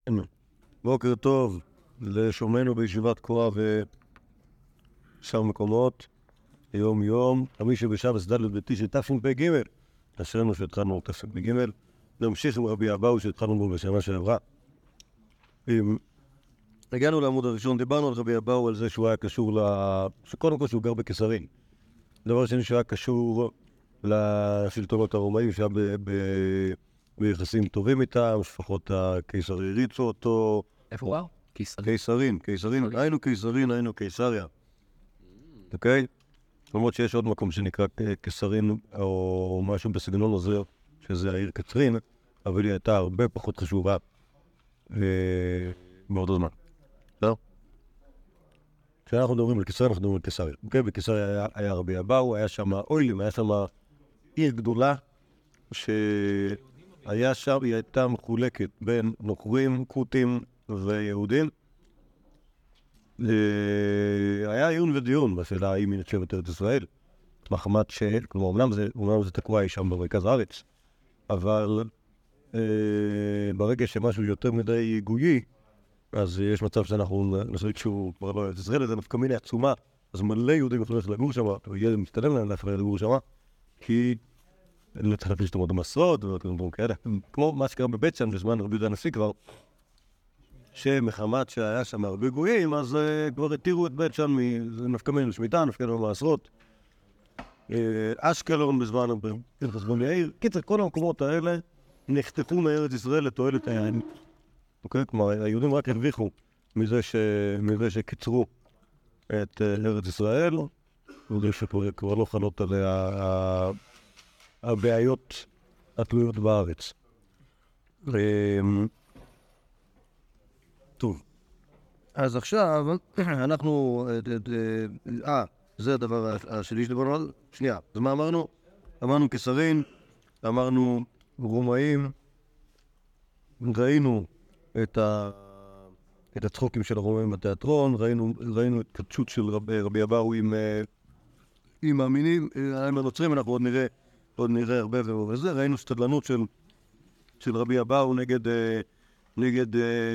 בוקר טוב לשומענו בישיבת קורא ושאר מקומות. יום חמישי בשבט ד' בתשרי תשפ"ג. אשרינו שהתחלנו תשפ"ג. נמשיך עם רבי אבאו שהתחלנו בו בשנה שעברה. הגענו לעמוד הראשון, דיברנו על רבי אבאו, על זה שהוא היה קשור שקודם כל שהוא גר בקיסרין. דבר שני שהיה קשור לשלטונות הרומאים, שהיה ביחסים טובים איתם, שפחות הקיסר הריצו אותו. איפה הוא? קיסרין, היינו קיסריה. אוקיי? למרות שיש עוד מקום שנקרא קיסרין, או משהו בסגנון הזה, שזה העיר קצרין, אבל היא הייתה הרבה פחות חשובה באותו זמן. טוב? כשאנחנו מדברים על קיסרין, אנחנו מדברים על קיסריה. אוקיי? בקיסריה היה רבי אבאו, היה שם אוהלים, היה שם עיר גדולה, שהיה שם, היא הייתה מחולקת בין נוכרים, קותים ויהודים. היה עיון ודיון בשאלה האם היא נחשבת ארץ ישראל, מחמת כלומר, אומנם זה תקוע שם במרכז הארץ, אבל ברגע שמשהו יותר מדי גויי, אז יש מצב שאנחנו נחליט שהוא כבר לא ארץ ישראל, זה נפקא מינה עצומה, אז מלא יהודים יכולים ללכת לגור שם, ויהיה משתלם להם ללכת לגור שם, כי לא צריך להשתמש במסעות ודברים כאלה. כמו מה שקרה בבית שם בזמן רבי יהודה הנשיא כבר, שמחמת שהיה שם הרבה גויים, אז כבר התירו את בית שם, זה נפקא מינה לשמיטה, נפקא מינה למעשרות. אשקלון בזמן חשבון יאיר. קיצר, כל המקומות האלה נחתכו מארץ ישראל לתועלת היהודים. אוקיי? כלומר, היהודים רק הרוויחו מזה שקיצרו את ארץ ישראל, וזה שכבר לא חלות עליה הבעיות התלויות בארץ. טוב. אז עכשיו אנחנו... זה הדבר השני שדיברנו על... שנייה. אז מה אמרנו? אמרנו קיסרין, אמרנו רומאים, ראינו את הצחוקים של הרומאים בתיאטרון, ראינו את קדשות של רבי אבאו עם מאמינים, עם הנוצרים, אנחנו עוד נראה הרבה וזה, ראינו שתדלנות של רבי אבאו נגד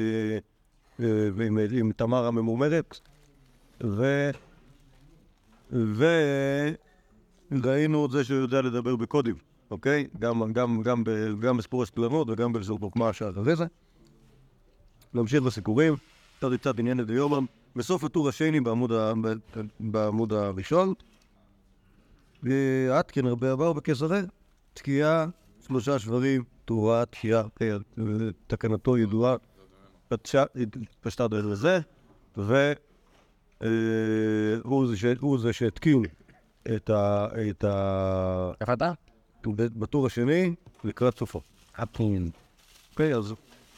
עם תמר הממומרת, וראינו את זה שהוא יודע לדבר בקודים, אוקיי? גם בסיפור הספלנות וגם בלשון חוכמה שאחרי זה. נמשיך בסיפורים, קצת עניין לדיומם, בסוף הטור השני בעמוד הראשון, ועדכן רבי אבאו בקיסריה, תקיעה, 3 שברים, תורה, תקיעה, תקנתו ידועה, פשטה דרך לזה, והוא זה שהתקין את איפה אתה? בטור השני לקראת סופו. אוקיי, אז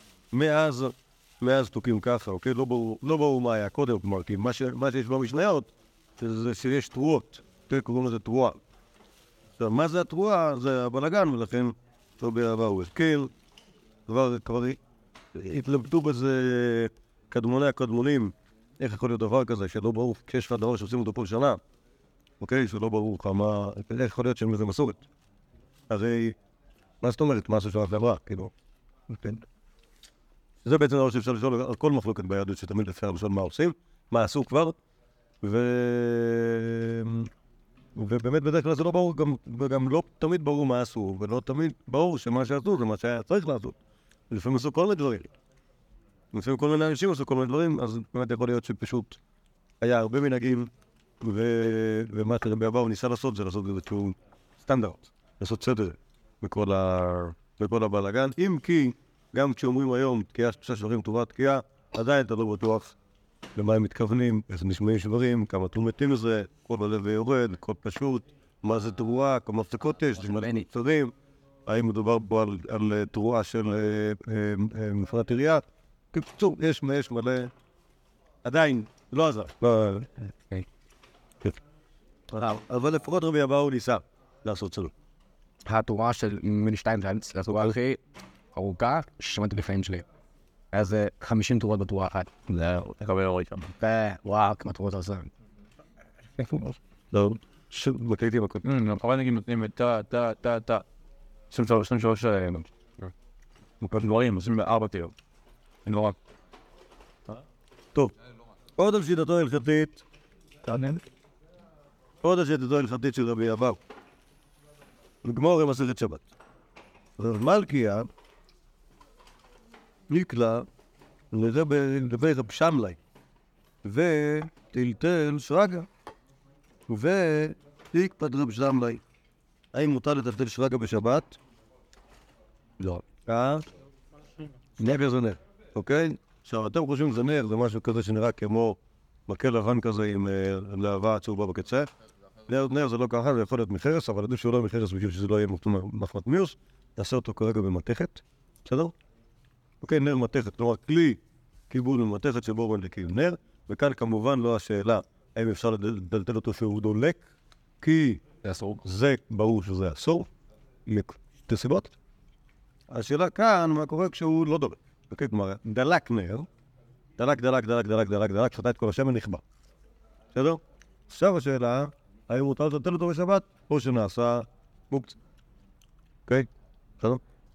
מאז תוקים ככה, אוקיי? לא ברור מה היה קודם, כלומר, כי מה שיש במשניות זה שיש תרועות, אוקיי? קוראים לזה תרועה. עכשיו, מה זה התרועה? זה הבלגן, ולכן רבי אבאו הזכיר, כבר התלבטו בזה קדמוני הקדמונים, איך יכול להיות דבר כזה, שלא ברור, כשיש דבר שעושים אותו כל שנה, אוקיי? שלא ברור לך איך יכול להיות שם איזה מסורת. הרי, מה זאת אומרת? משהו שנה שעברה, כאילו. זה בעצם דבר שאפשר לשאול על כל מחלוקת ביהדות, שתמיד אפשר לשאול מה עושים, מה עשו כבר, ובאמת בדרך כלל זה לא ברור, וגם לא תמיד ברור מה עשו, ולא תמיד ברור שמה שעשו זה מה שהיה צריך לעשות. לפעמים עשו כל מיני דברים. לפעמים כל מיני אנשים עשו כל מיני דברים, אז באמת יכול להיות שפשוט היה הרבה מנהגים, ומה שרבי אבאו ניסה לעשות זה לעשות איזשהו סטנדרט, לעשות סדר בכל הבלגן, אם כי גם כשאומרים היום תקיעה 3 שברים תורה תקיעה, עדיין אתה לא בטוח למה הם מתכוונים, איך נשמעים שברים, כמה תלומתים זה, כל הלב ויורד, כל פשוט, מה זה תרועה, כמה הפסקות יש, קצרים, האם מדובר פה על תרועה של מפרט עירייה, בקיצור, יש מלא, עדיין, לא עזר. אבל לפחות רבי אבאו ניסה לעשות סדר. התורה של מיני 2 זה התורה הכי ארוכה ששמעתי בחיים שלי. אז 50 תורות בתורה אחת. זהו, תקבל אורי שם. וואו, כמה תורות עושה. לא, בקריטים הכל. אבל נגיד נותנים את תה. 23 דברים, עושים 4 תיות. נורא. טוב, עוד על שיטתו ההלכתית, עוד על שיטתו ההלכתית של רבי אבאו. לגמור עם מסכת שבת. רב מלכיה נקלע לבית רב שמלאי וטלטל שרגא והקפד רב שמלאי. האם מותר לטלטל שרגא בשבת? לא. נר זה נר, אוקיי? עכשיו, אתם חושבים שזה נר, זה משהו כזה שנראה כמו מקל לבן כזה עם להבה צהובה בקצה. נר זה לא ככה, זה יכול להיות מחרס, אבל עדיף שהוא לא מחרס בשביל שזה לא יהיה מחמת מיוס. נעשה אותו כרגע במתכת, בסדר? אוקיי, נר מתכת, כלומר כלי קיבול במתכת שבו מדליקים נר, וכאן כמובן לא השאלה האם אפשר לדלתל אותו שהוא דולק, כי זה ברור שזה אסור, משתי סיבות. השאלה כאן, מה קורה כשהוא לא דולק. אוקיי, כלומר, דלק נר, דלק, שתה את כל השמן נכבה. בסדר? עכשיו השאלה, האם מותר לטלטל אותו בשבת, או שנעשה מוקצה. אוקיי? בסדר?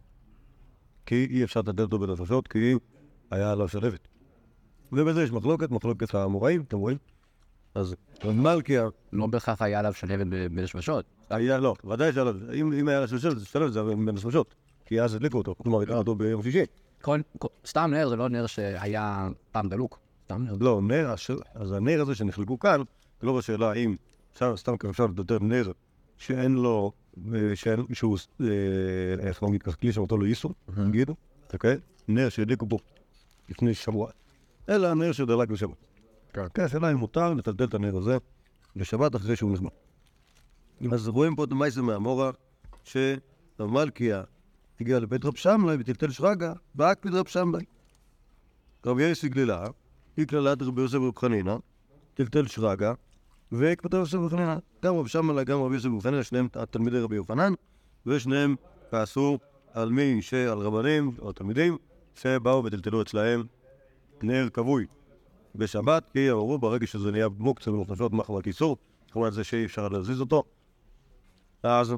כי אי אפשר לטלטל אותו בנפשות, כי היה עליו שלבת. ובזה יש מחלוקת האמוראים, אתם רואים? אז מלכיה... לא בהכרח היה עליו שלבת בנפשות. היה, לא, ודאי שעליו, אם היה עליו שלבת, זה בנפשות. כי אז הדליקו אותו, כלומר, הדליקו אותו ביום שישי. סתם נר זה לא נר שהיה פעם דלוק. סתם נר. לא, אז הנר הזה שנחלקו כאן, זה לא בשאלה האם סתם אפשר לדבר נר שאין לו, שהוא, איך נגיד ככה, כלי שמותו לו איסור, נגידו, אוקיי? נר שהדליקו בו לפני שבוע, אלא נר שדלק בשבת. כן, השאלה אם מותר לטלטל את הנר הזה בשבת אחרי שהוא נחמד. אז רואים פה את המייסה מהמורה, שרב מלכיה הגיע לבית רב שמלאי וטלטל שרגא, בהקפיד רב שמלאי. רבי יוסי גלילה, היא כללת רבי יוסף רב חנינא, טלטל שרגא, וכתב יוסף רב חנינא. גם רב שמלאי, גם רבי יוסף רב חנינא, שניהם תלמידי רבי יוחנן, ושניהם כעסו על על רבנים או תלמידים, שבאו וטלטלו אצלהם נר כבוי בשבת, כי אמרו ברגע שזה נהיה מוקצה בנפשות מחמת איסור, כלומר זה שאי אפשר להזיז אותו, אז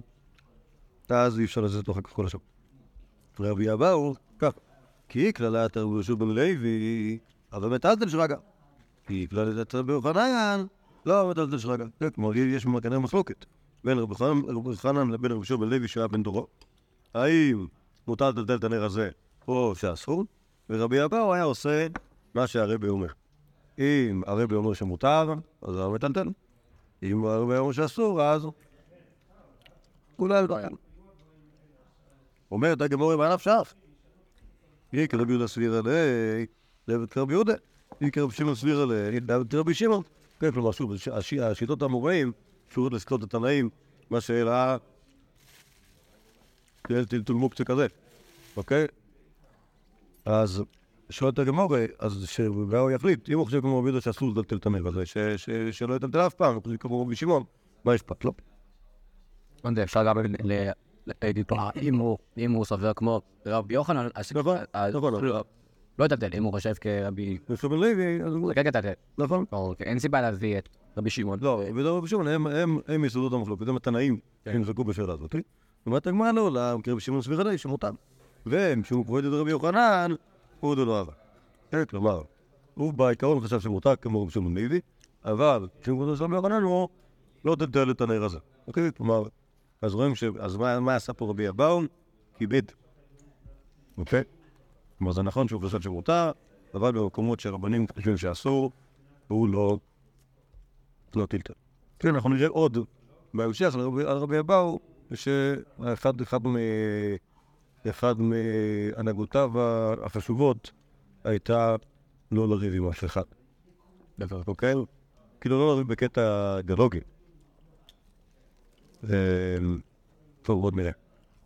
אי אפשר להזיז אותו אחר כך כל השבת. רבי אבאו, כך, כי כללת רבי יהושע בן לוי, אבל מטלטל שרגא. כי כללת רבי יוחנן, לא מטלטל שרגא. כלומר, יש כנראה מחלוקת בין רבי יוחנן לבין רבי יהושע בן לוי שהיה בן דורו. האם מותר לטלטל את הנר הזה או שאסור? ורבי אבאו היה עושה מה שהרבי אומר. אם הרבי אומר שמותר, אז הוא מטלטל. אם הרבי אומר שאסור, אז אולי לא היה. אומרת הגמרא בענף שף. יהיה כרבי יהודה סביר עלי, לבית רבי יהודה. יהיה כרבי שמעון סביר עלי, לבית רבי שמעון. כן, כלומר, שוב, השיטות האמוראים, שורות לסקלות התנאים, מה שאלה, טלטול מוקצה כזה. אוקיי? אז שואלת הגמרא, אז שהוא יחליט, אם הוא חושב כמו רבי יהודה שאסור לטלטל את הנר הזה, שלא יטלטל אף פעם, כמו רבי שמעון, מה אכפת לו? אפשר גם אם הוא סובר כמו רבי יוחנן, לא יטלטל, אם הוא חושב כרבי... יהושע בן לוי, אז הוא... כן, יטלטל. נכון. אין סיבה להביא את רבי שמעון. לא, רבי שמעון הם יסודות המחלוקת, הם התנאים שנחלקו בשאלה הזאת. ומת הגמרא לעולם, כי רבי שמעון סביר עלי שמותר. וכשהוא פועד את רבי יוחנן, הוא לא אהבה. כלומר, הוא בעיקרון חשב שמותר כמו רבי שמעון בן לוי, אבל כשהוא פועד את רבי יוחנן הוא לא טלטל את הנר הזה. אוקיי? כלומר, אז רואים אז מה עשה פה רבי אבאו? כיבד. אוקיי? כלומר, זה נכון שהוא חשב שמותר, אבל במקומות שרבנים חושבים שאסור, והוא לא טלטל. כן, אנחנו נראה עוד בהמשך על רבי אבאו, שאחד מהנהגותיו החשובות הייתה לא לריב עם אף אחד. אוקיי? כאילו לא לריב בקטע אידיאולוגי. טוב, עוד נראה.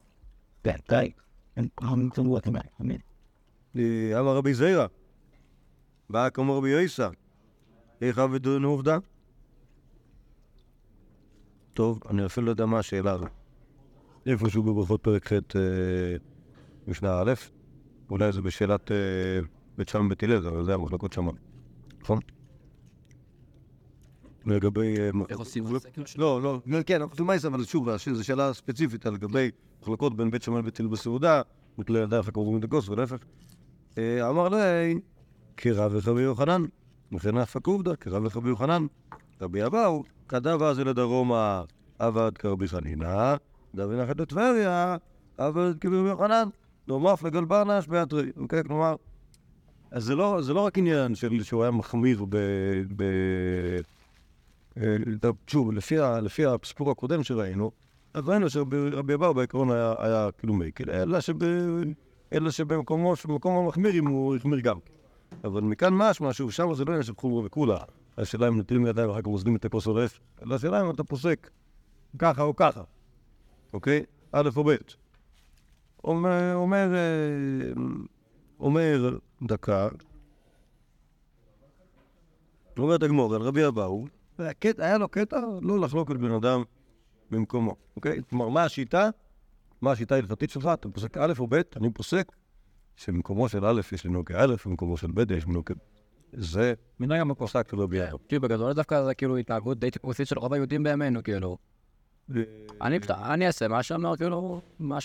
אמר רבי זיירא, בא כמו רבי יוסף, איך עבדו עובדה? טוב, אני אפילו לא יודע מה השאלה הזו. איפשהו בברכות פרק ח' משנה א', אולי זה בשאלת בית שם בית הלל, אבל זה המחלקות שם. נכון? לגבי... איך עושים הסקר שלו? לא, כן, אנחנו מה אבל שוב, זו שאלה ספציפית על לגבי מחלקות בין בית שמאי לבית הלל בסעודה, מתלה ידע אחר קרובים את הכוס ולהפך. אמר לי, כרב וחבי יוחנן, וכן אף עובדא, כרב וחבי יוחנן. רבי אבאו, כתב אז לדרומה, עבד כרבי חנינא, דוד נחת לטבריה, עבד כרבי יוחנן, נומף לגל ברנש באתרי. אוקיי, כלומר, אז זה לא רק עניין שהוא היה מחמיר שוב, לפי הסיפור הקודם שראינו, אז ראינו שרבי אבאו בעקרון היה כאילו מקל, אלא שבמקום המחמיר הוא החמיר גם. אבל מכאן משמע שהוא שם זה לא עניין של חומרה וכולה. השאלה אם נטלים ידיים ואחר כך מוזלים את הכוס עורף, אלא השאלה אם אתה פוסק ככה או ככה. אוקיי? א' או ב'. אומר דקה, אומר את הגמור, על רבי אבאו, היה לו קטע לא לחלוק את בן אדם במקומו. אוקיי? כלומר, מה השיטה ההלכתית שלך? אתה פוסק א' או ב', אני פוסק שבמקומו של א' יש לנו כא', ובמקומו של ב' יש לנו זה מנהג המקום. פסק לא ביחד. כאילו בגדול דווקא זה כאילו התנהגות די טיפוסית של רוב היהודים בימינו, כאילו. אני אעשה מה שאמר, כאילו,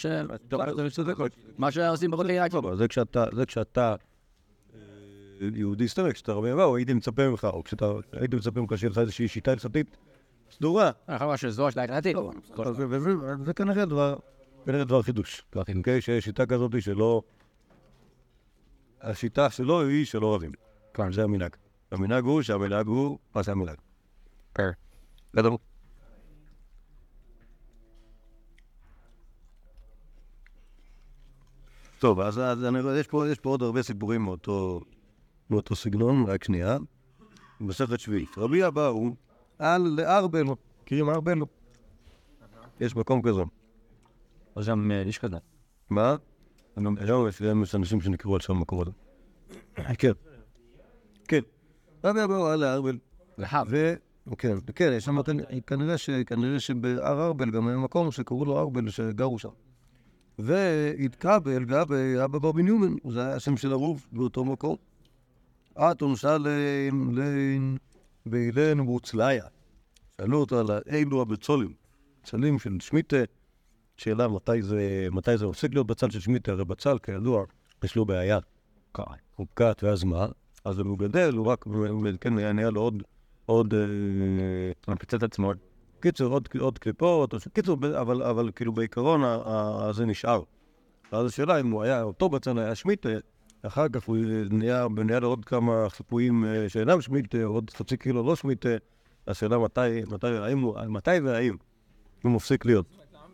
מה שעושים בכל ליד. זה כשאתה יהודי סטרק, כשאתה רבי אבאו, הייתי מצפה ממך, או כשהייתי מצפה ממך שיהיה לך איזושהי שיטה הלכתית סדורה. אני חושב שזו השאלה הלכתית. זה כנראה דבר חידוש. שיש שיטה כזאת שלא... השיטה שלו היא שלא רבים. זה המנהג. המנהג הוא שהמנהג הוא... מה זה המנהג? פר. גדול. טוב, אז יש פה עוד הרבה סיפורים מאותו סגנון, רק שנייה. מסכת שביעית. רבי אבאו על ארבלו. מכירים ארבלו? יש מקום כזה. אז גם יש כזה. מה? היום יש אנשים שנקראו על שם מקום הזה. כן. כן. רבי אבאו על ארבל. כן, יש שם, כנראה שבהר ארבל גם היה מקום שקראו לו ארבל שגרו שם. והתקבל גבי אבא בר בנימין, זה היה השם של הרוב באותו מקום. עטונשה באילן ובוצליה. שאלו אותו על אילו הבצולים, בצלים של שמיטה, שאלה מתי זה עוסק להיות בצל של שמיטה, הרי בצל כידוע יש לו בעיה. הוא פקעת ואז מה? אז הוא גדל, הוא רק, כן, נהיה לו עוד... מפיצת עצמו. קיצור, עוד קליפות, קיצור, אבל כאילו בעיקרון זה נשאר. אז השאלה אם הוא היה, אותו בצל היה שמיטה, אחר כך הוא נהיה לו עוד כמה חיפויים שאינם שמיטה, עוד חצי קילו לא שמיטה, השאלה מתי והאם הוא מפסיק להיות.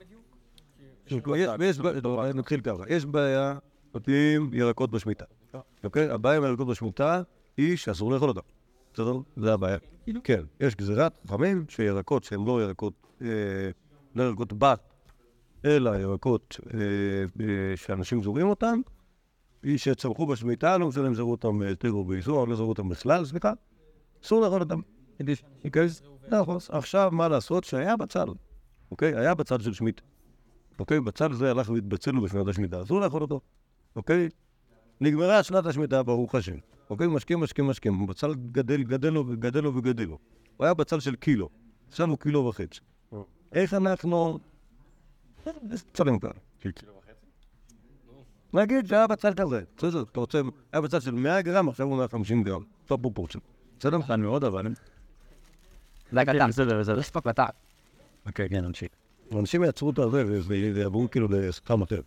נתחיל ככה, יש בעיה עם ירקות בשמיטה. אוקיי? הבעיה עם ירקות בשמיטה היא שאסור לאכול אותה. בסדר? זה הבעיה. כן, יש גזירת חכמים שירקות שהם לא ירקות בת, אלא ירקות שאנשים זורעים אותם, שצמחו בשמיטה, לא משנה אם זרו אותם תירו באיסור, לא זרו אותם בכלל, סליחה, אסור לאכול אותם. נכון, עכשיו מה לעשות? שהיה בצל, אוקיי? היה בצל של שמיטה. אוקיי? בצל זה הלך והתבצל לו בשנת השמיטה, אסור לאכול אותו. אוקיי? נגמרה שנת השמיטה, ברוך השם. אוקיי? משקים. בצל גדל לו. הוא היה בצל של קילו. עכשיו הוא 1.5 קילו. איך אנחנו... צלם כאן. של 1.5 קילו? נגיד שהיה בצל כזה. בסדר, אתה רוצה... היה בצל של 100 גרם, עכשיו הוא 150 גרם. זאת הפרופורציה. בסדר? קטן מאוד, אבל... זה קטן. זה ספק קטן. אוקיי, כן, נמשיך. אנשים יעצרו את הזה ויעברו כאילו לשכם אחר.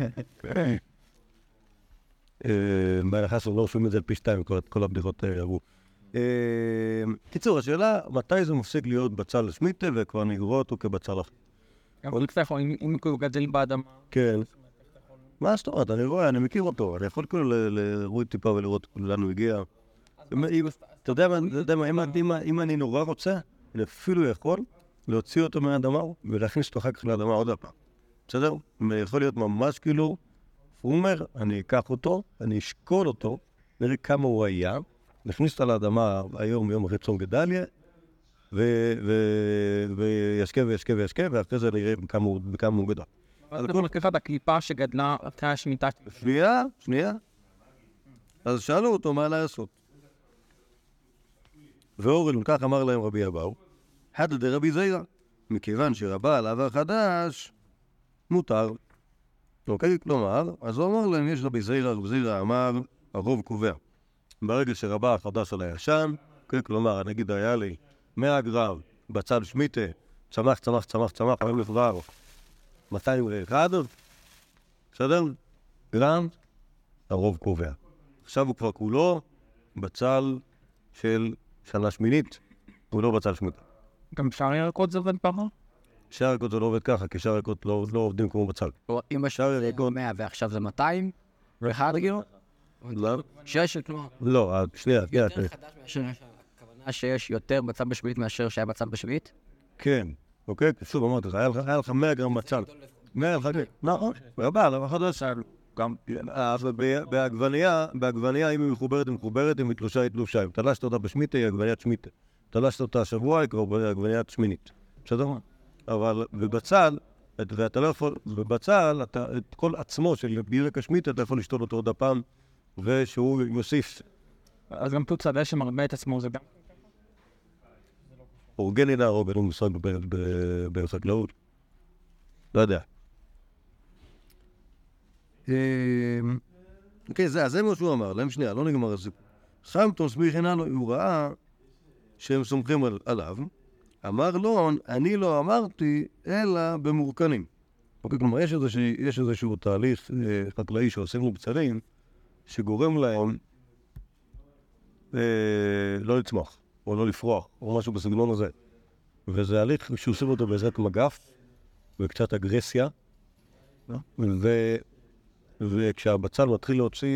בהנחה שלא עושים את זה על פי 2, כל הבדיחות עברו. קיצור, השאלה, מתי זה מפסיק להיות בצל שמיטה וכבר נגרו אותו כבצל אחר? אבל קצת יכול, אם הוא גדל באדמה... כן. מה זאת אומרת? אני רואה, אני מכיר אותו, אני יכול כאילו לראות טיפה ולראות לאן הוא הגיע. אתה יודע מה, אם אני נורא רוצה, אני אפילו יכול להוציא אותו מהאדמה ולהכניס אותו אחר כך לאדמה עוד הפעם. בסדר? יכול להיות ממש כאילו, הוא אומר, אני אקח אותו, אני אשקול אותו, נראה כמה הוא היה, נכניס אותו לאדמה היום, יום אחרי צום גדליה, וישקה, ואחרי זה נראה בכמה הוא גדל. אז אתה מקריפה את הקליפה שגדלה אחרי השמיטה. שנייה. אז שאלו אותו מה לעשות. ואורל, כך אמר להם רבי אבאו, חד דרבי זיירא, מכיוון שרבה על עבר חדש, מותר. אוקיי? כלומר, אז הוא אמר להם, יש רבי זיירא, רבי זיירא אמר, הרוב קובע. ברגע שרבה החדש על הישן, כלומר, נגיד היה לי 100 גרם בצל שמיטה, צמח, 40 גרם, 201, בסדר? גרם, הרוב קובע. עכשיו הוא כבר כולו בצל של שנה שמינית, הוא לא בצל שמינית. גם שאר ירקות זה עובד ככה? שאר ירקות זה לא עובד ככה, כי שאר ירקות לא עובדים כמו בצל. אם השאר ירקות 100 ועכשיו זה 200, ואחד כאילו? לא. שיש, כלומר. לא, שנייה. יותר חדש מאשר הכוונה שיש יותר בצל בשביעית מאשר שהיה בצל בשביעית? כן, אוקיי? שוב אמרתי, היה לך 100 גרם בצל. 100 לך, נכון, רבה, אבל חדש. גם, בעגבנייה, אם היא מחוברת, אם היא תלושה. אם תלשת אותה בשמיטה, היא עגבניית שמיטה. תלשת אותה השבוע, היא כבר עגבניית שמינית. בסדר מה? אבל בבצל, ואתה לא יכול, בבצל, את כל עצמו של ירק השמיטה, אתה יכול לשתול אותו עוד הפעם, ושהוא יוסיף. אז גם תות שדה שמרבה את עצמו זה גם? אורגני להרוג, אין לו מושג בחקלאות. לא יודע. אוקיי, זה מה שהוא אמר, להם שנייה, לא נגמר הסיפור. חמתון סמיכין עלו, הוא ראה שהם סומכים עליו, אמר לו, אני לא אמרתי, אלא במורכנים. אוקיי, כלומר, יש איזשהו תהליך חקלאי שעושים לו בצלים, שגורם להם לא לצמוח, או לא לפרוח, או משהו בסגנון הזה. וזה הליך שעושים אותו בעזרת מגף, וקצת אגרסיה, וכשהבצל מתחיל להוציא,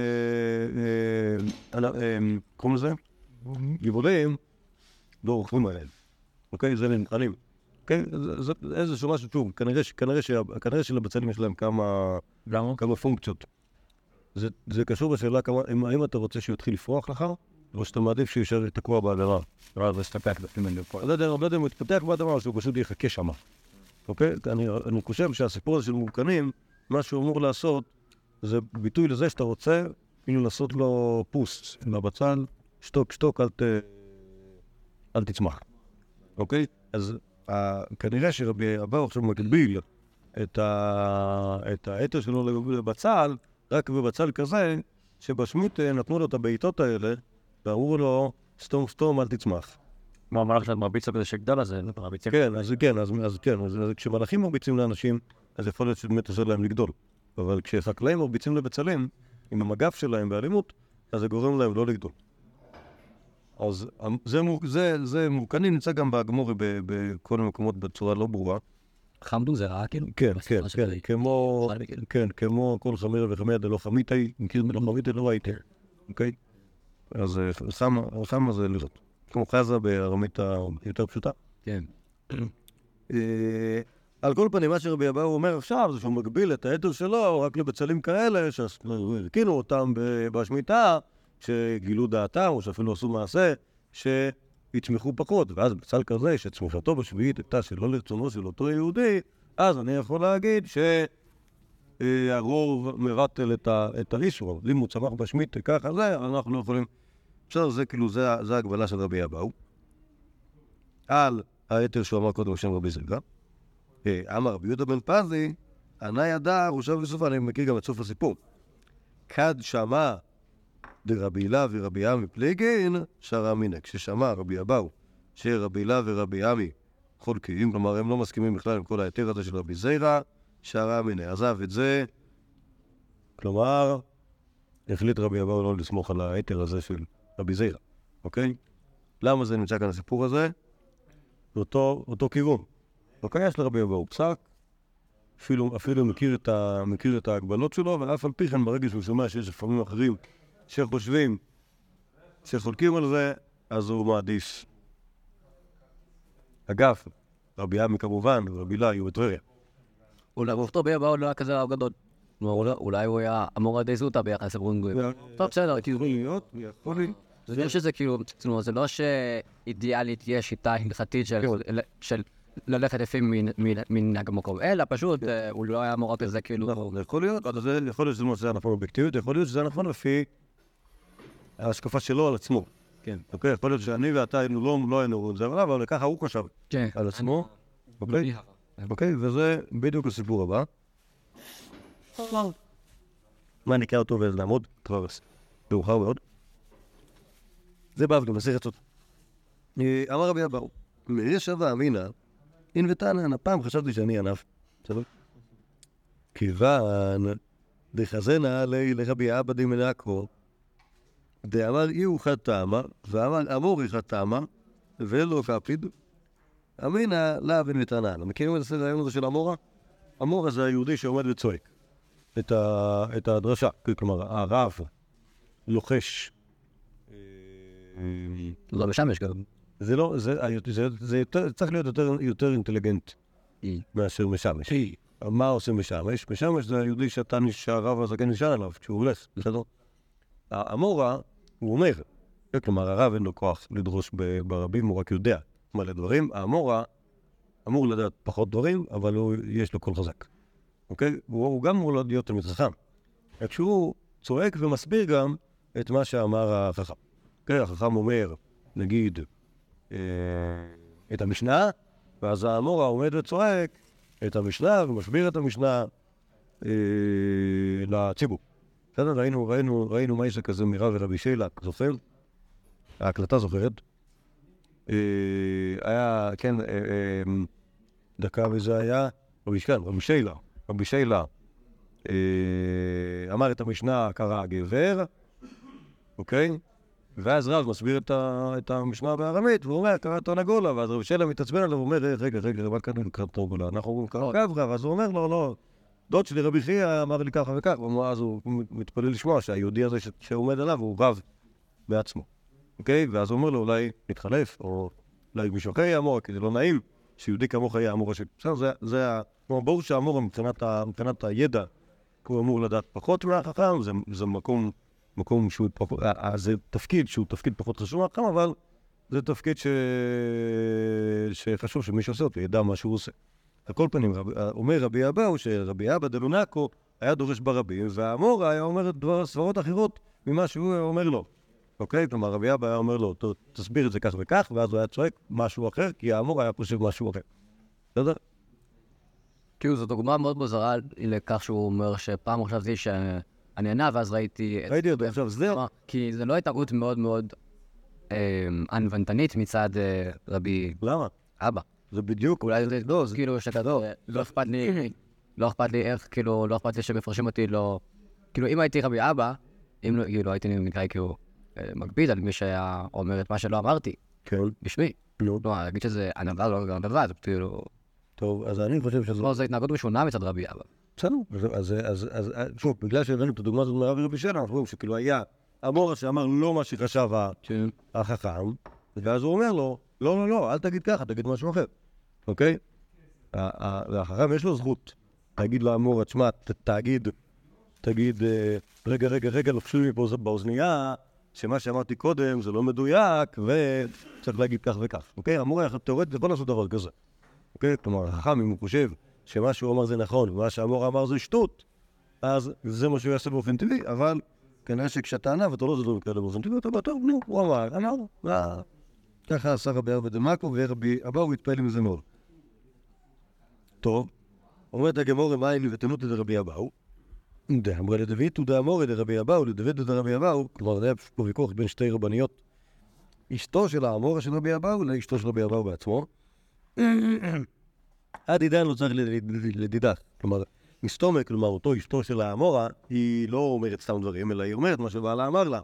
קוראים לזה? גיבולים, לא רוכבים עליהם. אוקיי? זה נמכנים. אוקיי? זה איזשהו משהו שוב. כנראה שלבצלים יש להם כמה פונקציות. זה קשור בשאלה האם אתה רוצה שהוא יתחיל לפרוח לך, או שאתה מעדיף שהוא יישאר תקוע באדמה. אז להסתפק בפנים לפרוח. לא יודע אם הוא יתפתח באדמה, או שהוא פשוט יחכה שמה. אוקיי? אני חושב שהסיפור הזה של מורכנים, מה שהוא אמור לעשות, זה ביטוי לזה שאתה רוצה, כאילו לעשות לו פוסט לבצל, שתוק, אל תצמח. אוקיי? אז כנראה שרבי אבאו עכשיו מקביל את האתר שלו לבצל, רק בבצל כזה, שבשמית נתנו לו את הבעיטות האלה, ואמרו לו, סתום, אל תצמח. מה אמר לך שאת מרביץ בזה שגדל הזה? כן, אז כשמלאכים מרביצים לאנשים, אז יכול להיות שבאמת עושה להם לגדול. אבל כשחקלאים מרביצים לבצלים, עם המגף שלהם באלימות, אז זה גורם להם לא לגדול. אז זה מורכני נמצא גם באגמורי בכל המקומות בצורה לא ברורה. חמדו זה רע כאילו? כן, כמו כל חמירה וחמירה דלא חמיתי, מכיר דלא חמיתי לא ראיתי. אוקיי? אז חמה זה לראות. כמו חזה בארמית היותר פשוטה. כן. על כל פנים, מה שרבי אבאו אומר עכשיו, זה שהוא מגביל את האתר שלו רק לבצלים כאלה, שהרכינו אותם בשמיטה, שגילו דעתם, או שאפילו עשו מעשה, שיצמחו פחות. ואז בצל כזה, שצמיחתו בשביעית הייתה שלא לרצונו של אותו יהודי, אז אני יכול להגיד שהרוב מבטל את האיסור. אם הוא צמח בשמיטה ככה זה, אנחנו לא יכולים... בסדר, זה כאילו, זה ההגבלה של רבי אבאו. על האתר שהוא אמר קודם בשם רבי זלגה. אמר רבי יהודה בן פזי, ענה ידע, ראשו וסופה, אני מכיר גם את סוף הסיפור. כד שמע דרבי הילה ורבי עמי פליגין, שרה מיניה. כששמע רבי אבאו שרבי הילה ורבי עמי חולקים, כלומר הם לא מסכימים בכלל עם כל היתר הזה של רבי זיירא, שרה מיניה. עזב את זה, כלומר, החליט רבי אבאו לא לסמוך על היתר הזה של רבי זיירא, אוקיי? למה זה נמצא כאן הסיפור הזה? אותו כיוון. אוקיי, יש לרבי אבאו פסק, אפילו מכיר את ההגבלות שלו, ואף על פי כן ברגע שהוא שומע שיש לפעמים אחרים שחושבים, שחולקים על זה, אז הוא מעדיף. אגב, רבי עמי כמובן, רבי הילה היו בטבריה. אולי רבי אבאו לא היה כזה רב גדול. אולי הוא היה אמור די זוטה ביחס לברון גויים. טוב, בסדר, כאילו... זה שזה כאילו, זה לא שאידיאלית יש שיטה הלכתית של ללכת לפי מנהג המקום, אלא פשוט הוא לא היה אמור כזה כאילו... יכול להיות שזה נכון אובייקטיבית, יכול להיות שזה נכון לפי ההשקפה שלו על עצמו. כן. אוקיי, יכול להיות שאני ואתה לא היינו זה עליו, אבל ככה הוא חשב על עצמו. אוקיי, וזה בדיוק הסיפור הבא. מה נקרא אותו ונעמוד? כבר מאוחר מאוד. זה בבלי, מסכת סוטה. אמר רבי אבאו, יש הווה אמינא, אין ותנן, הפעם חשבתי שאני ענף. בסדר? כיוון דחזנה לרבי אבא דמנקו, דאמר איהו חתמה, ואמר אמורי חתמה, ולא קפיד, אמינא לה בן ותנן. מכירים את הרעיון הזה של אמורה? אמורה זה היהודי שעומד וצועק את הדרשה. כלומר, הרב לוחש. לא משמש גם. זה לא, זה צריך להיות יותר אינטליגנט מאשר משמש. מה עושה משמש? משמש זה היהודי שהרב הזקן נשען עליו, כשהוא הולך, בסדר? האמורה, הוא אומר, כלומר, הרב אין לו כוח לדרוש ברבים, הוא רק יודע מלא דברים. האמורה אמור לדעת פחות דברים, אבל יש לו קול חזק. אוקיי? הוא גם אמור להיות תלמיד חכם. רק שהוא צועק ומסביר גם את מה שאמר החכם. אוקיי? החכם אומר, נגיד, את המשנה, ואז האמורה עומד וצועק את המשנה ומשביר את המשנה לציבור. בסדר? ראינו מה יש כזה מרב ורבי שיילה, זוכר? ההקלטה זוכרת. היה, כן, דקה וזה היה, רבי שיילה אמר את המשנה קרא הגבר, אוקיי? ואז רב מסביר את המשנה בארמית, והוא אומר, קרא תרנגולה, ואז רבי שיילה מתעצבן עליו, הוא אומר, רגע, מה כאן קרא תרנגולה? אנחנו אומרים, קרא גברא, ואז הוא אומר לו, לא, דוד שלי רבי חייא אמר לי ככה וכך, ואז הוא מתפלל לשמוע שהיהודי הזה שעומד עליו הוא רב בעצמו, אוקיי? ואז הוא אומר לו, אולי נתחלף, או אולי מישהו אחר יהיה אמורה, כי זה לא נעים שיהודי כמוך יהיה אמורה של... זה ברור שהאמורה מבחינת הידע, הוא אמור לדעת פחות מהחכם, זה מקום שהוא פחות... זה תפקיד שהוא תפקיד פחות חשוב מהחכם, אבל זה תפקיד שחשוב שמי שעושה אותו ידע מה שהוא עושה. על כל פנים, אומר רבי אבאו, שרבי אבא דמנקו היה דורש ברבים, והאמורה היה אומר סברות אחרות ממה שהוא אומר לו. אוקיי? כלומר, רבי אבא היה אומר לו, תסביר את זה כך וכך, ואז הוא היה צועק משהו אחר, כי האמורה היה חושב משהו אחר. בסדר? כאילו, זו דוגמה מאוד מוזרה לכך שהוא אומר שפעם חשבתי שאני ענה, ואז ראיתי אותו, עכשיו זהו. כי זה לא התנהגות מאוד מאוד ענוונתנית מצד רבי... למה? אבא. זה בדיוק. אולי זה כאילו שכדור, לא אכפת לי איך, כאילו, לא אכפת לי שמפרשים אותי, לא... כאילו, אם הייתי רבי אבא, אם לא, כאילו, הייתי נקרא כאילו מקפיד על מי שהיה אומר את מה שלא אמרתי. כן. בשמי. לא, להגיד שזה ענווה, לא ענווה, זה כאילו... טוב, אז אני חושב שזה... לא, זו התנהגות משונה מצד רבי אבא. בסדר, אז שוב, בגלל שהבאנו את הדוגמה הזאת מרבי רבי שיילה, אנחנו רואים שכאילו היה אמורה שאמר לא מה שחשב החכם, ואז הוא אומר לו, לא, אל תגיד ככה, תגיד משהו אחר. אוקיי? והחכם יש לו זכות להגיד לאמורה, תשמע, תגיד, רגע, לופשו לי פה באוזנייה, שמה שאמרתי קודם זה לא מדויק, וצריך להגיד כך וכך. אוקיי? אמורה, תיאורטית, יכול לעשות דבר כזה. אוקיי? כלומר, החכם, אם הוא חושב שמה שהוא אמר זה נכון, ומה שהאמורה אמר זה שטות, אז זה מה שהוא יעשה באופן טבעי, אבל כנראה שכשאתה ענה, ואתה לא זוכר כאלה באופן טבעי, אתה בא, טוב, נו, הוא אמר, ככה עשה רבי אבא דמנקו, ורבי אבאו התפעל מזה מאוד. טוב, אומרת הגמרא, מה אין ותנות לרבי אבאו? דאמרה לדוד ודאמורה לרבי אבאו, לדוד ודרבי אבאו, כלומר, היה פה ויכוח בין שתי רבניות, אשתו של האמורה של רבי אבאו לאשתו של רבי אבאו בעצמו. הדידן לא צריך לדידה, כלומר, מסתומק, כלומר, אותו אשתו של האמורה, היא לא אומרת סתם דברים, אלא היא אומרת מה שבעלה אמר לה,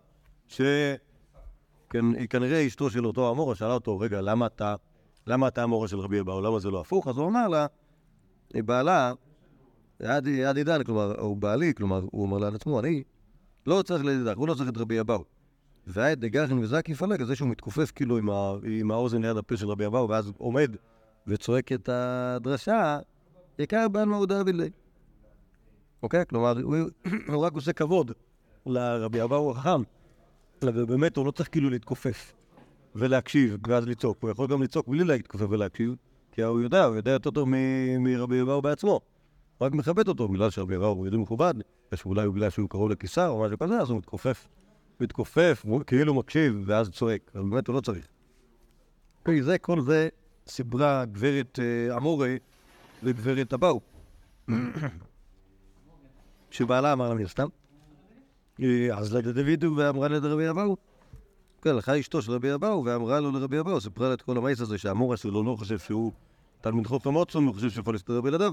היא כנראה אשתו של אותו האמורה, שאלה אותו, רגע, למה אתה האמורה של רבי אבאו, למה זה לא הפוך? אז הוא אמר לה, בעלה, הדידן, כלומר, הוא בעלי, כלומר, הוא אומר לה לעצמו, אני לא צריך לדידה, הוא לא צריך את רבי אבאו. והעת דגחן וזק יפלג, אז זה שהוא מתכופף כאילו עם האוזן ליד הפה של רבי אבאו, ואז עומד וצועק את הדרשה, יקר בן מעודה בילי. אוקיי? כלומר, הוא רק עושה כבוד לרבי אבאו החכם, ובאמת הוא לא צריך כאילו להתכופף ולהקשיב, ואז לצעוק. הוא יכול גם לצעוק בלי להתכופף ולהקשיב, כי הוא יודע יותר טוב מרבי אבאו בעצמו. הוא רק מכבד אותו, בגלל שרבי אבאו הוא ידע מכובד, אולי בגלל שהוא קרוב לקיסר או משהו כזה, אז הוא מתכופף, הוא כאילו מקשיב, ואז צועק. אבל באמת הוא לא צריך. כל זה סיפרה גברת אמורי לגברת אבאו. שבעלה אמר לה מן הסתם, אז לדוד ואמרה לרבי אבאו, כן, לקחה אשתו של רבי אבאו, ואמרה לו לרבי אבאו, סיפרה לה את כל המייס הזה, שהמורה שלו לא חושב שהוא תלמיד חכם עצום, הוא חושב שיכול להסתדר בלעדיו.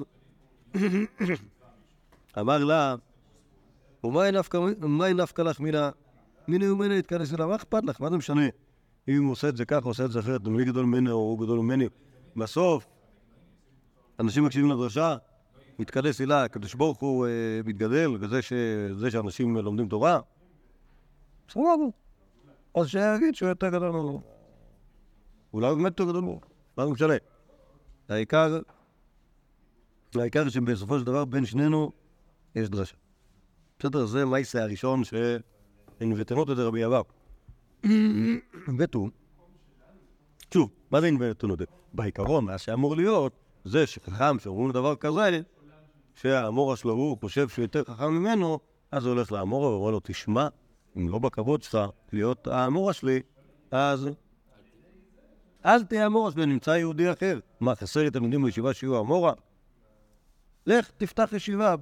אמר לה, ומאי נפקא לך מיני ומנה התכנס אליו, מה אכפת לך? מה זה משנה? אם הוא עושה את זה ככה, עושה את זה אחרת, מי גדול ממנה או הוא גדול ממני. בסוף, אנשים מקשיבים לדרשה, מתכנס אליי, הקדוש ברוך הוא מתגדל, וזה שאנשים לומדים תורה, סבבה. אז שיגיד שהוא יותר גדול ממנו. אולי הוא באמת יותר גדול ממנו. מה זה משנה? העיקר שבסופו של דבר בין שנינו יש דרשה. בסדר, זה מייסה הראשון שהנבטנות את רבי אבאו. ותו, שוב, מה זה הנבטנות? בעיקרון, מה שאמור להיות, זה שחכם שאומרים דבר כזה, שהאמורה שלו הוא חושב שהוא יותר חכם ממנו, אז הוא הולך לאמורה ואומר לו, תשמע, אם לא בכבוד שלך להיות האמורה שלי, אז אל תהיה המורה שלי, נמצא יהודי אחר. מה, חסר לי תלמידים בישיבה שיהיו המורה? לך, תפתח ישיבה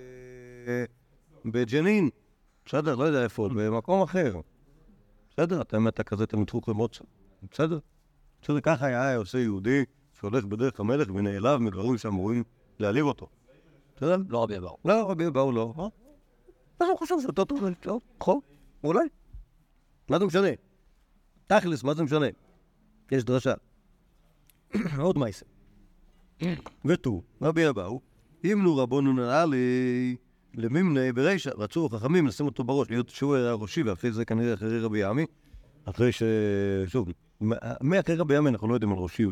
בג'נין. בסדר, לא יודע איפה, במקום אחר. בסדר, אתה כזה תלמיד חכם מוצא. בסדר? בסדר, ככה היה עושה יהודי שהולך בדרך המלך ונעלב מדברים שאמורים להעליב אותו. בסדר? לא רבי אבאו. לא, רבי אבאו לא. מה זה חושב שאתה טוב? לא, נכון, אולי. מה זה משנה? תכלס, מה זה משנה? יש דרשה. עוד מייסה. ותו, רבי אבאו, אימנו רבונו נראה לי למימנה ברישה, רצו חכמים לשים אותו בראש, להיות שהוא היה ראשי, ואחרי זה כנראה אחרי רבי ימי, אחרי שוב, מאחרי רבי ימי אנחנו לא יודעים על ראשי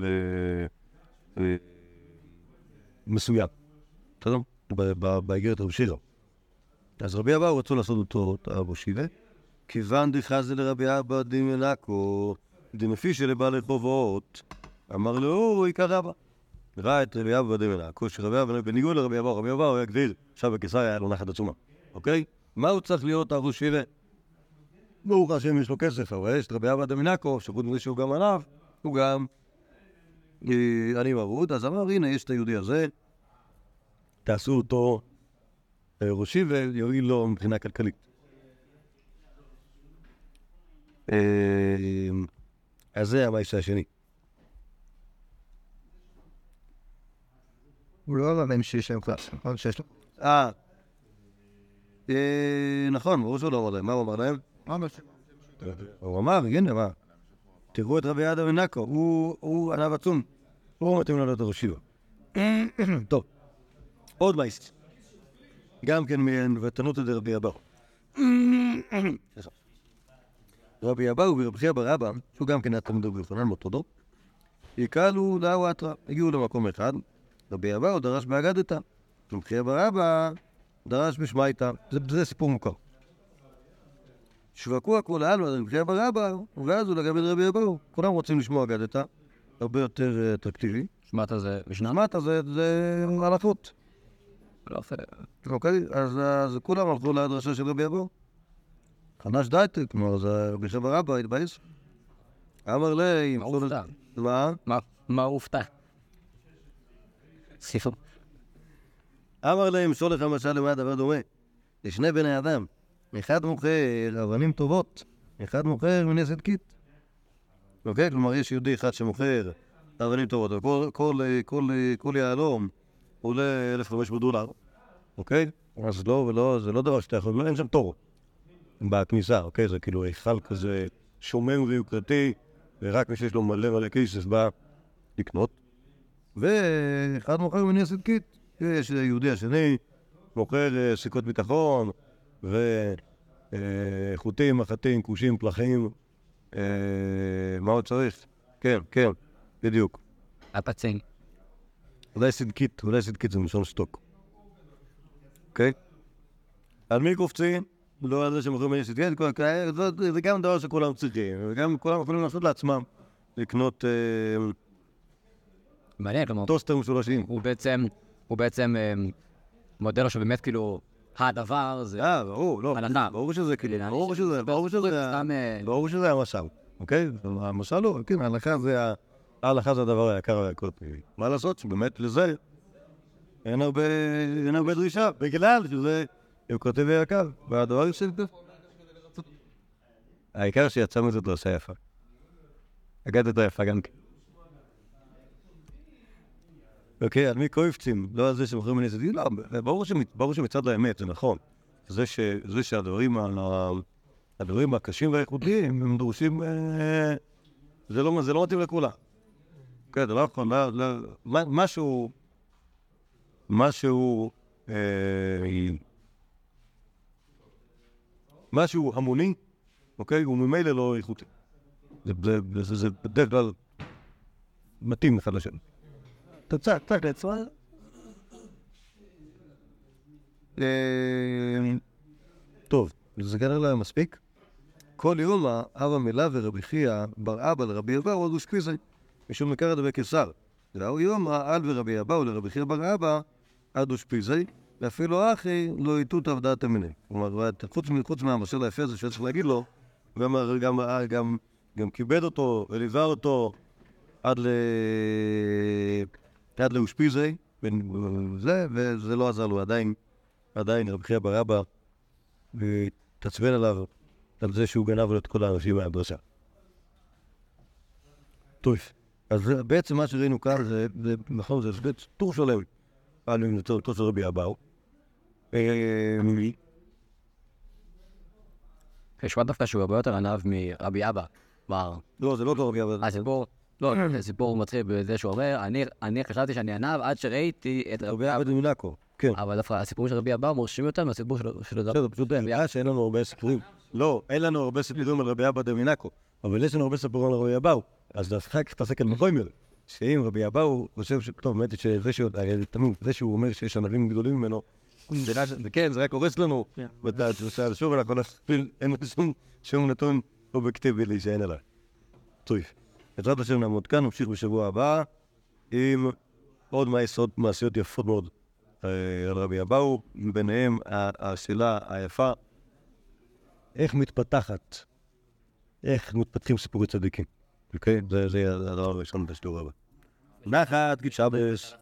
מסוים. בסדר? באיגרת רב שירה. אז רבי אבאו רצו לעשות אותו ראשי, כיוון דחזה לרבי אבא דמנקו, דמפישה לבעלי חובות, אמר לו, הוא עיקר רבא. ראה את רבי אבא דמנקו, שרבי אבא, בניגוד לרבי אבאו, רבי אבאו היה גביר, עכשיו בקיסריה היה לו נחת עצומה. אוקיי? מה הוא צריך להיות הראשי? ברוך השם יש לו כסף, אבל יש את רבי אבא דמנקו, שחוץ מזה שהוא גם עליו, הוא גם אני מרוד, אז אמר, הנה יש את היהודי הזה, תעשו אותו ראשי ויועיל לו מבחינה כלכלית. אז זה המייסה השני. הוא לא אמר להם שיש להם קלאס, נכון? שיש לו? נכון, ברור שהוא לא אמר להם. מה הוא אמר להם? מה הוא אמר, הנה מה, תראו את רבי אבא דמנקו, הוא עליו עצום, הוא מתאים לו את הראשי. טוב, עוד מייסה. גם כן מנבטנות את רבי אבאו. רבי אבאו ורבי חייא בר אבא, שהוא גם כן היה תלמיד רבי יוחנן מאותו דור, יקלו דאו אתרא, הגיעו למקום אחד, רבי אבאו דרש באגדתא, רבי חייא בר אבא דרש בשמייתא, זה סיפור מוכר. שווקו הכל העלו על רבי חייא בר אבא, ואז הוא לגבי רבי אבאו, כולם רוצים לשמוע אגדתא, הרבה יותר אטרקטיבי. שמעת זה משנה? שמעת זה הלכות. לא יפה. אוקיי, אז כולם הלכו לדרשה של רבי אבאו. חנש דייטק, כלומר, זה רבי חייא בר אבא התבאס. אמר לי... מה הופתע? מה? מה הופתע? סיפור. אמר להם, שואל לך משל למה הדבר דומה. לשני בני אדם, אחד מוכר אבנים טובות, אחד מוכר מיני צדקית. אוקיי? כלומר, יש יהודי אחד שמוכר אבנים טובות, כל יהלום עולה $1,500, אוקיי? אז לא, זה לא דבר שאתה יכול, אין שם תור בכניסה, אוקיי? זה כאילו היכל כזה שומם ויוקרתי, ורק מי שיש לו מלא כסף בא לקנות. ואחד מוכר מיני צדקית. יש יהודי השני, מוכר סיכות ביטחון, וחוטים, מחטים, כושים, פלחים, מה עוד צריך? כן, בדיוק. הפצים. אולי צדקית זה מלשון שטוק. אוקיי? על מי קופצים? לא על זה שמוכרים מיני צדקית, זה גם דבר שכולם צריכים, וגם כולם יכולים לעשות לעצמם, לקנות מעניין, כלומר, טוסטר משולשים. הוא בעצם מודל לו שבאמת כאילו הדבר זה... ברור, לא, הנחה. ברור שזה כאילו, ברור שזה המשל, אוקיי? המשל לא, כן, ההלכה זה הדבר היקר והכל פנימי. מה לעשות שבאמת לזה אין הרבה דרישה, בגלל שזה יוקרתי ויקר, והדבר של זה. העיקר שיצא מזה דרשה יפה. אגדת היפה גם כן. אוקיי, על מי קויפצים? לא על זה שמוכרים מני זדים? לא, ברור שמצד האמת, זה נכון. זה שהדברים הקשים והאיכותיים, הם דרושים, זה לא מתאים לכולם. כן, זה לא נכון, משהו המוני, אוקיי? הוא ממילא לא איכותי. זה בדרך כלל מתאים אחד לשני. תוצאה, לצורה. טוב, זה כנראה לא היה מספיק. כל יומא אבא מילה ורבי חייא בר אבא לרבי אבאו עוד אושפיזי, משום מקרא דבי קיסר. דאו יומא על ורבי אבאו לרבי חייא בר אבא עד אושפיזי, ואפילו אחי לא איתות עבדת המיני. כלומר, חוץ מהמשל היפה הזה שצריך להגיד לו, גם כיבד אותו וליווה אותו עד לאושפיזי, וזה לא עזר לו עדיין רבי חייא בר אבא תצבן עליו על זה שהוא גנב לו את כל האנשים מהדרשה. טוב, אז בעצם מה שראינו כאן זה נכון, זה טור שלם על טור של רבי אבאו. חשבה דווקא שהוא הרבה יותר ענב מרבי אבא. לא, זה לא טור רבי אבא. הסיפור מתחיל בזה שהוא אומר, אני חשבתי שאני ענב עד שראיתי את רבי אבא. דומינקו, כן. אבל דווקא הסיפורים של רבי אבאו מורשים יותר מהסיפור של רבי אבא. פשוט שאין לנו הרבה סיפורים. לא, אין לנו הרבה סיפורים על רבי אבא דומינקו, אבל יש לנו הרבה סיפורים על רבי אבאו, אז אחר כך תעשה כאן מחוימר, שאם רבי אבאו חושב טוב, באמת שזה שהוא אומר שיש ענבים גדולים ממנו, כן, זה רק הורס לנו, שוב אנחנו נפעיל, אין שום נתון אובייקטיבי להישען עליו. טוב, בעזרת השם נעמוד כאן, נמשיך בשבוע הבא עם עוד מעשיות יפות מאוד על רבי אבאו, ביניהם השאלה היפה, איך מתפתחים סיפורי צדיקים. אוקיי? זה הדבר הראשון בשיעור הבא. נחת, גיד שבס.